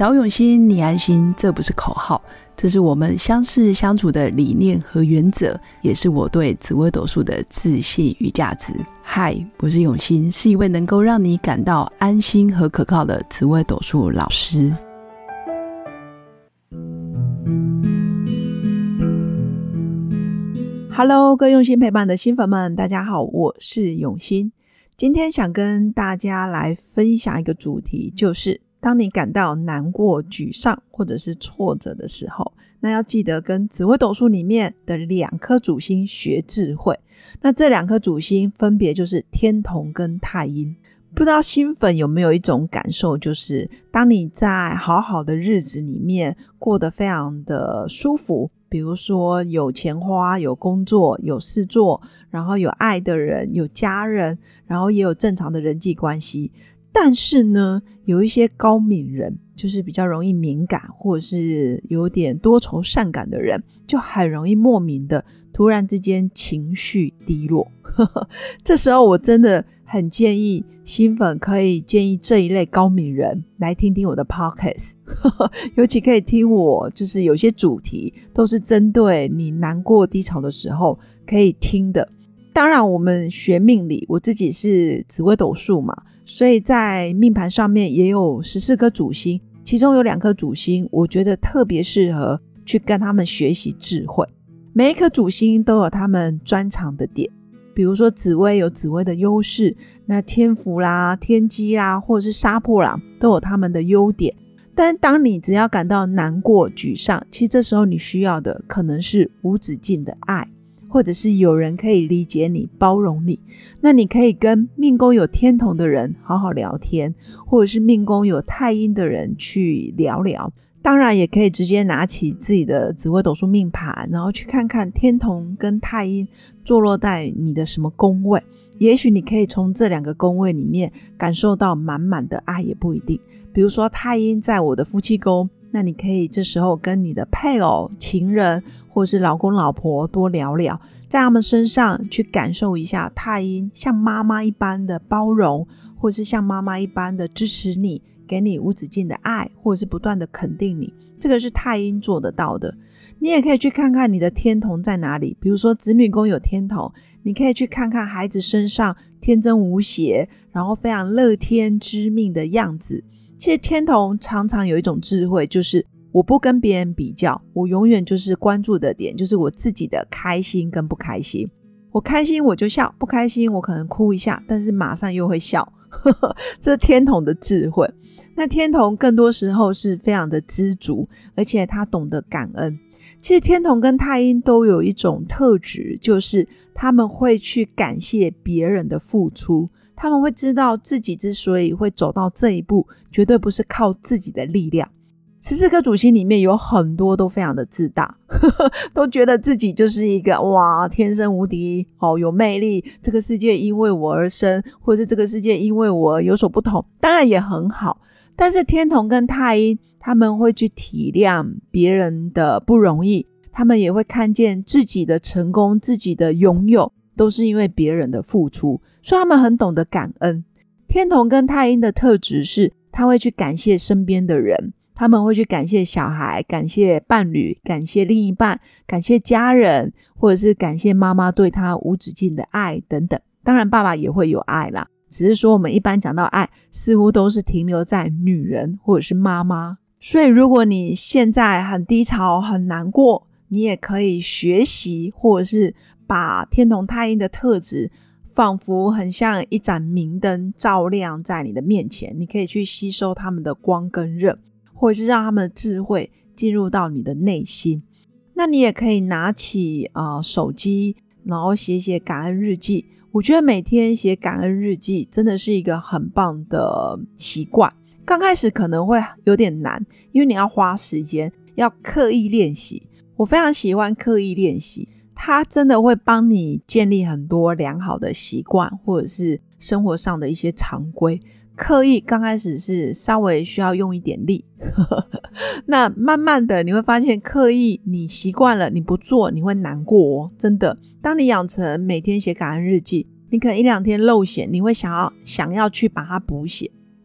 找永新，你安心，这不是口号，这是我们相识相处的理念和原则，也是我对紫微斗数的自信与价值。嗨，我是永新，是一位能够让你感到安心和可靠的紫微斗数老师。Hello， 各位用心陪伴的新粉们，大家好，我是永新。今天想跟大家来分享一个主题，就是当你感到难过、沮丧或者是挫折的时候，那要记得跟紫微斗数里面的2颗主星学智慧。那这2颗主星分别就是天同跟太阴。不知道新粉有没有一种感受，就是当你在好好的日子里面过得非常的舒服，比如说有钱花，有工作，有事做，然后有爱的人，有家人，然后也有正常的人际关系，但是呢有一些高敏人，就是比较容易敏感或者是有点多愁善感的人，就很容易莫名的突然之间情绪低落这时候我真的很建议新粉可以建议这一类高敏人来听听我的 podcast 尤其可以听我就是有些主题都是针对你难过低潮的时候可以听的。当然我们学命理，我自己是紫微斗数嘛，所以在命盘上面也有14颗主星，其中有2颗主星我觉得特别适合去跟他们学习智慧。每一颗主星都有他们专长的点，比如说紫微有紫微的优势，那天府啦、天机啦或者是杀破狼都有他们的优点。但当你只要感到难过、沮丧，其实这时候你需要的可能是无止境的爱，或者是有人可以理解你、包容你。那你可以跟命宫有天同的人好好聊天，或者是命宫有太阴的人去聊聊。当然也可以直接拿起自己的紫微斗数命盘，然后去看看天同跟太阴坐落在你的什么宫位，也许你可以从这2个宫位里面感受到满满的爱，也不一定。比如说太阴在我的夫妻宫，那你可以这时候跟你的配偶、情人或是老公老婆多聊聊，在他们身上去感受一下太阴像妈妈一般的包容，或是像妈妈一般的支持你，给你无止境的爱，或者是不断的肯定你，这个是太阴做得到的。你也可以去看看你的天同在哪里，比如说子女宫有天同，你可以去看看孩子身上天真无邪，然后非常乐天知命的样子。其实天同常常有一种智慧，就是我不跟别人比较，我永远就是关注的点就是我自己的开心跟不开心。我开心我就笑，不开心我可能哭一下，但是马上又会笑这是天同的智慧。那天同更多时候是非常的知足，而且他懂得感恩。其实天同跟太阴都有一种特质，就是他们会去感谢别人的付出，他们会知道自己之所以会走到这一步，绝对不是靠自己的力量。14颗主星里面有很多都非常的自大都觉得自己就是一个哇天生无敌有魅力，这个世界因为我而生，或者是这个世界因为我有所不同，当然也很好。但是天同跟太阴他们会去体谅别人的不容易，他们也会看见自己的成功，自己的拥有都是因为别人的付出，所以他们很懂得感恩。天同跟太阴的特质是他会去感谢身边的人，他们会去感谢小孩，感谢伴侣，感谢另一半，感谢家人，或者是感谢妈妈对他无止境的爱等等。当然爸爸也会有爱啦，只是说我们一般讲到爱似乎都是停留在女人或者是妈妈。所以如果你现在很低潮很难过，你也可以学习，或者是把天同太阴的特质仿佛很像一盏明灯照亮在你的面前，你可以去吸收他们的光跟热，或者是让他们的智慧进入到你的内心。那你也可以拿起手机，然后写写感恩日记。我觉得每天写感恩日记真的是一个很棒的习惯。刚开始可能会有点难，因为你要花时间，要刻意练习。我非常喜欢刻意练习，它真的会帮你建立很多良好的习惯，或者是生活上的一些常规。刻意刚开始是稍微需要用一点力那慢慢的你会发现刻意你习惯了，你不做你会难过真的。当你养成每天写感恩日记，你可能1-2天漏写，你会想要去把它补写，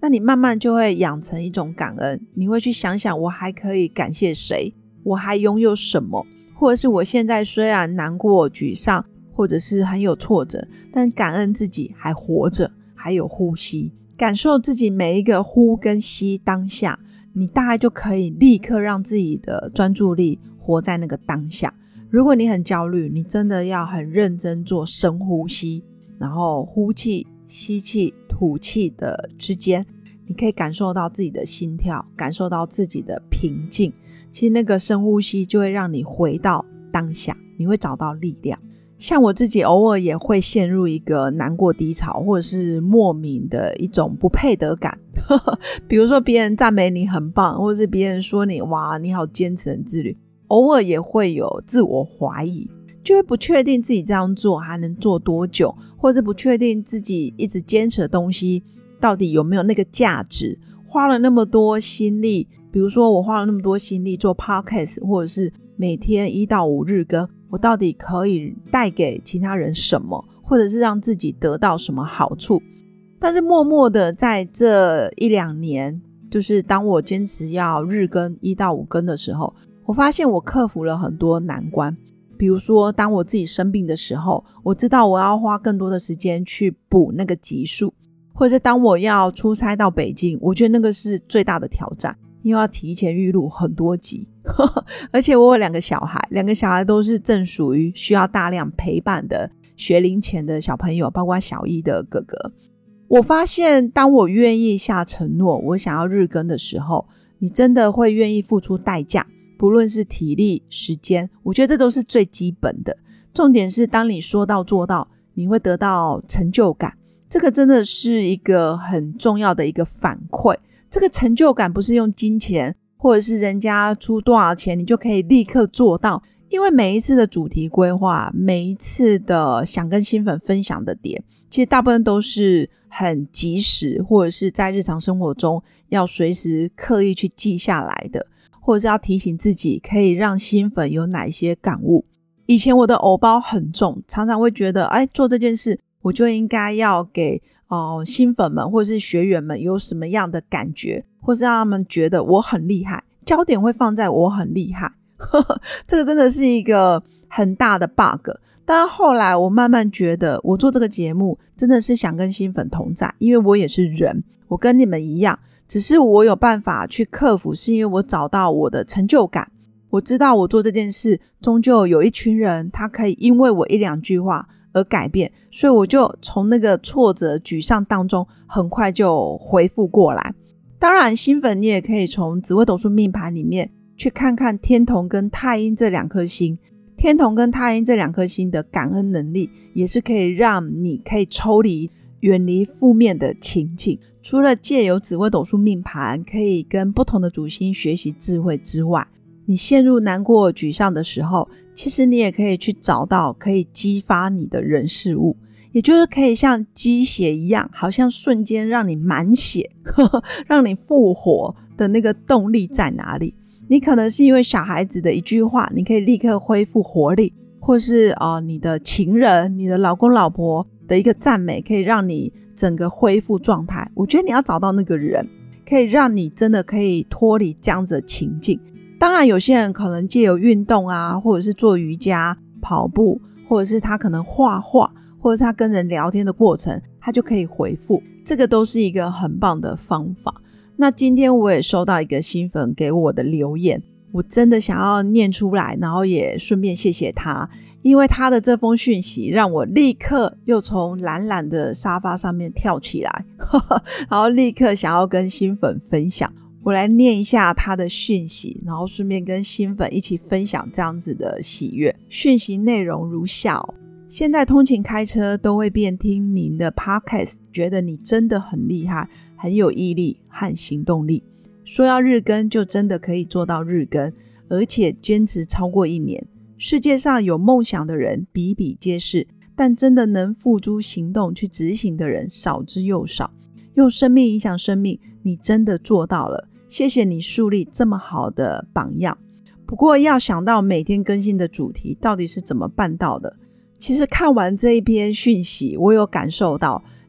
那你慢慢就会养成一种感恩，你会去想想我还可以感谢谁，我还拥有什么，或者是我现在虽然难过沮丧或者是很有挫折，但感恩自己还活着，还有呼吸，感受自己每一个呼跟吸当下，你大概就可以立刻让自己的专注力活在那个当下。如果你很焦虑，你真的要很认真做深呼吸，然后呼气吸气吐气的之间，你可以感受到自己的心跳，感受到自己的平静。其实那个深呼吸就会让你回到当下，你会找到力量。像我自己偶尔也会陷入一个难过低潮，或者是莫名的一种不配得感比如说别人赞美你很棒，或者是别人说你哇你好坚持很自律，偶尔也会有自我怀疑，就会不确定自己这样做还能做多久，或是不确定自己一直坚持的东西到底有没有那个价值。花了那么多心力，比如说我花了那么多心力做 podcast， 或者是每天1到5日更，我到底可以带给其他人什么，或者是让自己得到什么好处。但是默默的在这1-2年，就是当我坚持要日更1到5更的时候，我发现我克服了很多难关。比如说当我自己生病的时候，我知道我要花更多的时间去补那个集数，或者是当我要出差到北京，我觉得那个是最大的挑战，因为要提前预录很多集而且我有2个小孩，2个小孩都是正属于需要大量陪伴的学龄前的小朋友，包括小1的哥哥。我发现当我愿意下承诺我想要日更的时候，你真的会愿意付出代价，不论是体力时间，我觉得这都是最基本的。重点是当你说到做到，你会得到成就感，这个真的是一个很重要的一个反馈。这个成就感不是用金钱或者是人家出多少钱你就可以立刻做到，因为每一次的主题规划，每一次的想跟新粉分享的点，其实大部分都是很及时，或者是在日常生活中要随时刻意去记下来的，或者是要提醒自己可以让新粉有哪些感悟。以前我的偶包很重，常常会觉得做这件事我就应该要给新粉们或者是学员们有什么样的感觉，或是让他们觉得我很厉害，焦点会放在我很厉害这个真的是一个很大的 bug。 但后来我慢慢觉得我做这个节目真的是想跟新粉同在，因为我也是人，我跟你们一样，只是我有办法去克服，是因为我找到我的成就感，我知道我做这件事终究有一群人他可以因为我1-2句话而改变，所以我就从那个挫折沮丧当中很快就恢复过来。当然新粉你也可以从紫微斗数命盘里面去看看天同跟太阴这2颗星，天同跟太阴这2颗星的感恩能力也是可以让你可以抽离远离负面的情境。除了借由紫微斗数命盘可以跟不同的主星学习智慧之外，你陷入难过沮丧的时候，其实你也可以去找到可以激发你的人事物，也就是可以像鸡血一样，好像瞬间让你满血让你复活的那个动力在哪里。你可能是因为小孩子的一句话你可以立刻恢复活力，或是你的情人你的老公老婆的一个赞美可以让你整个恢复状态。我觉得你要找到那个人可以让你真的可以脱离这样子的情境。当然有些人可能借由运动啊，或者是做瑜伽跑步，或者是他可能画画，或者是他跟人聊天的过程他就可以回复，这个都是一个很棒的方法。那今天我也收到一个新粉给我的留言，我真的想要念出来，然后也顺便谢谢他，因为他的这封讯息让我立刻又从懒懒的沙发上面跳起来然后立刻想要跟新粉分享。我来念一下他的讯息，然后顺便跟新粉一起分享这样子的喜悦。讯息内容如下现在通勤开车都会边听您的 podcast， 觉得你真的很厉害，很有毅力和行动力，说要日更就真的可以做到日更，而且坚持超过1年。世界上有梦想的人比比皆是，但真的能付诸行动去执行的人少之又少。用生命影响生命，你真的做到了，谢谢你树立这么好的榜样。不过要想到每天更新的主题到底是怎么办到的，其实看完这一篇讯息我有感受到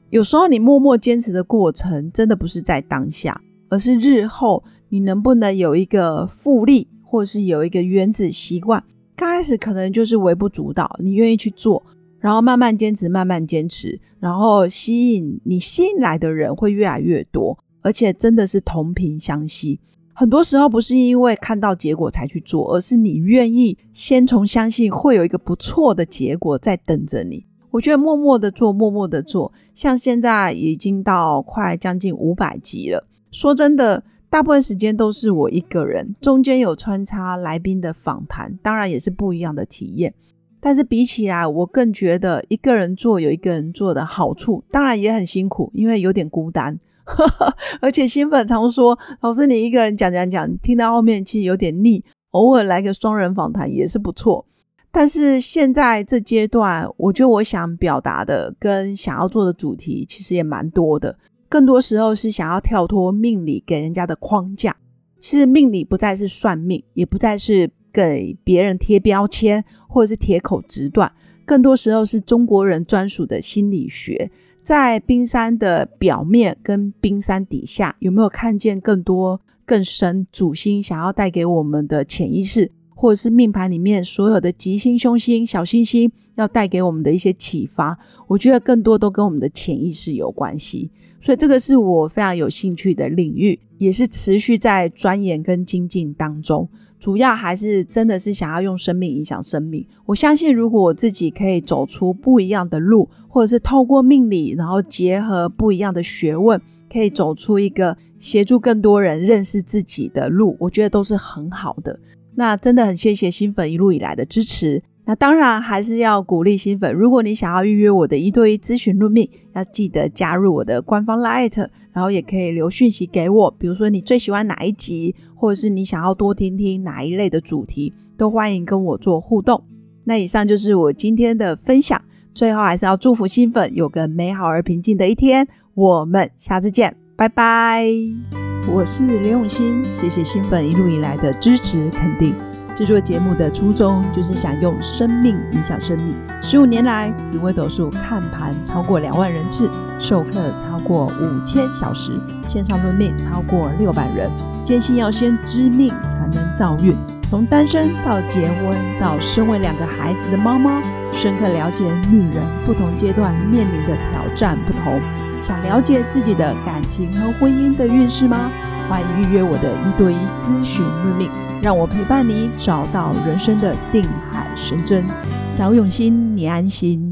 有时候你默默坚持的过程真的不是在当下，而是日后你能不能有一个复利，或者是有一个原子习惯。刚开始可能就是微不足道，你愿意去做，然后慢慢坚持慢慢坚持，然后吸引来的人会越来越多，而且真的是同频相吸。很多时候不是因为看到结果才去做，而是你愿意先从相信会有一个不错的结果在等着你。我觉得默默的做默默的做，像现在已经到快将近500集了，说真的大部分时间都是我一个人，中间有穿插来宾的访谈，当然也是不一样的体验，但是比起来我更觉得一个人做有一个人做的好处，当然也很辛苦，因为有点孤单而且新粉常说老师你一个人讲听到后面其实有点腻，偶尔来个双人访谈也是不错。但是现在这阶段我觉得我想表达的跟想要做的主题其实也蛮多的，更多时候是想要跳脱命理给人家的框架。其实命理不再是算命，也不再是给别人贴标签或者是铁口直断，更多时候是中国人专属的心理学。在冰山的表面跟冰山底下，有没有看见更多更深主星想要带给我们的潜意识，或者是命盘里面所有的吉星凶星小星星要带给我们的一些启发，我觉得更多都跟我们的潜意识有关系。所以这个是我非常有兴趣的领域，也是持续在钻研跟精进当中，主要还是真的是想要用生命影响生命。我相信如果我自己可以走出不一样的路，或者是透过命理然后结合不一样的学问，可以走出一个协助更多人认识自己的路，我觉得都是很好的。那真的很谢谢新粉一路以来的支持，那当然还是要鼓励新粉，如果你想要预约我的1对1咨询论命，要记得加入我的官方 LINE， 然后也可以留讯息给我，比如说你最喜欢哪一集，或者是你想要多听听哪一类的主题，都欢迎跟我做互动。那以上就是我今天的分享，最后还是要祝福新粉有个美好而平静的一天，我们下次见，拜拜。我是刘永新，谢谢新粉一路以来的支持肯定。制作节目的初衷就是想用生命影响生命。15年来，紫微斗数看盘超过2万人次，授课超过5000小时，线上论命超过600人。坚信要先知命才能造运，从单身到结婚到身为2个孩子的妈妈，深刻了解女人不同阶段面临的挑战不同。想了解自己的感情和婚姻的运势吗？欢迎预约我的1对1咨询论命，让我陪伴你找到人生的定海神针。找永心，你安心。